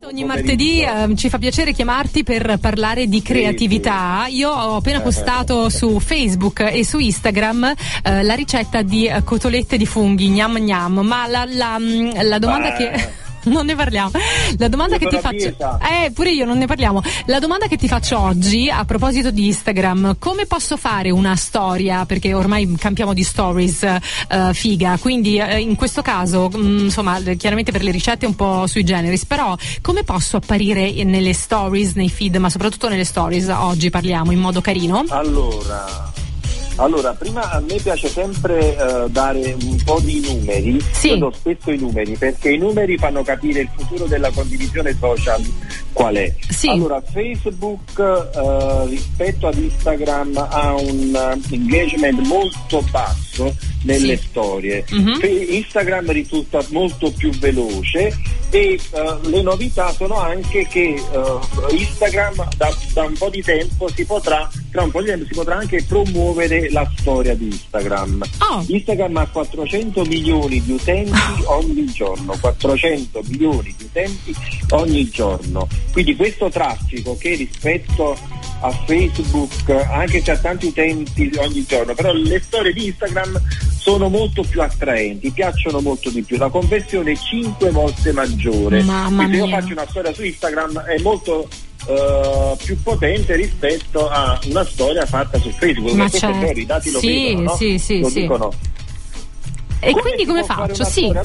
Ogni martedì ci fa piacere chiamarti per parlare di creatività. Io ho appena postato su Facebook e su Instagram la ricetta di cotolette di funghi, gnam gnam, ma la domanda che... Non ne parliamo. La domanda che ti faccio, pure io non ne parliamo. La domanda che ti faccio oggi a proposito di Instagram: come posso fare una storia? Perché ormai campiamo di stories figa, quindi in questo caso, insomma, chiaramente per le ricette un po' sui generis, però come posso apparire nelle stories, nei feed, ma soprattutto nelle stories? Oggi parliamo in modo carino. Allora, prima a me piace sempre dare un po' di numeri, sì. Io do spesso i numeri perché i numeri fanno capire il futuro della condivisione social qual è. Sì. Allora, Facebook rispetto ad Instagram ha un engagement molto basso nelle storie. Instagram risulta molto più veloce e le novità sono anche che Instagram da un po' di tempo si potrà anche promuovere la storia di Instagram. Instagram ha 400 milioni di utenti ogni giorno, 400 milioni di utenti ogni giorno, quindi questo traffico che rispetto a Facebook, anche se ha tanti utenti ogni giorno, però le storie di Instagram sono molto più attraenti, piacciono molto di più, la conversione è 5 volte maggiore. Quindi se io faccio una storia su Instagram è molto più potente rispetto a una storia fatta su Facebook. Ma questo è vero, i dati lo dicono, no? Lo dicono. E quindi come faccio?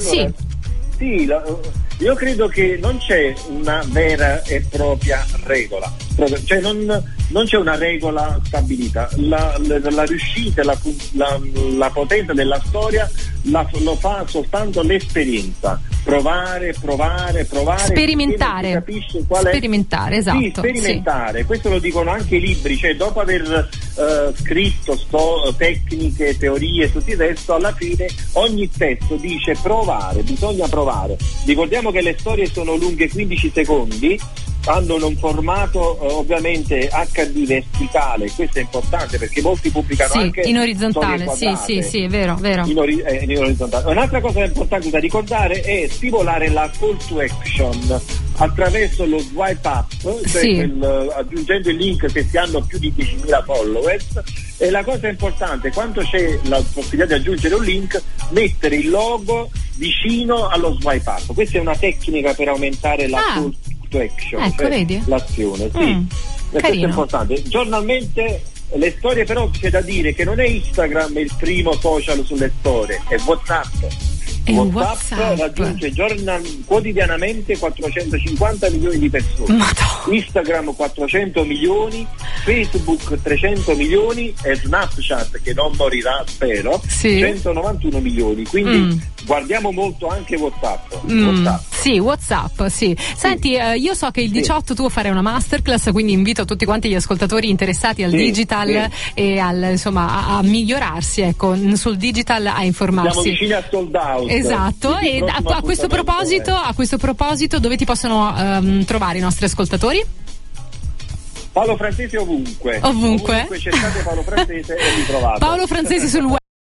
Io credo che non c'è una vera e propria regola, cioè non c'è una regola stabilita. La riuscita, la potenza della storia lo fa soltanto l'esperienza. Provare. Sperimentare. Capisce qual è. Sperimentare, esatto. Sì, sperimentare. Sì. Questo lo dicono anche i libri, cioè dopo aver scritto tecniche, teorie, tutto il resto, alla fine ogni testo dice bisogna provare. Ricordiamo che le storie sono lunghe 15 secondi, hanno un formato ovviamente HD verticale, questo è importante perché molti pubblicano anche in orizzontale, sì, è vero. In orizzontale. Un'altra cosa importante da ricordare è stimolare la call to action attraverso lo swipe up, cioè aggiungendo il link se si hanno più di 10.000 followers, e la cosa importante, quando c'è la possibilità di aggiungere un link, mettere il logo vicino allo swipe up. Questa è una tecnica per aumentare la call to action, cioè l'azione. Questo è importante. Giornalmente le storie, però c'è da dire che non è Instagram il primo social sulle storie, è WhatsApp. WhatsApp raggiunge quotidianamente 450 milioni di persone. Instagram 400 milioni, Facebook 300 milioni e Snapchat, che non morirà spero, 191 milioni. Quindi guardiamo molto anche WhatsApp. WhatsApp. Senti, io so che il 18 tu farai una masterclass, quindi invito tutti quanti gli ascoltatori interessati al digital e a migliorarsi, ecco, sul digital, a informarsi. Siamo vicini a sold out. Esatto, e a questo proposito dove ti possono trovare i nostri ascoltatori? Paolo Francese ovunque cercate Paolo Francese e vi trovate. Paolo Francese sul web.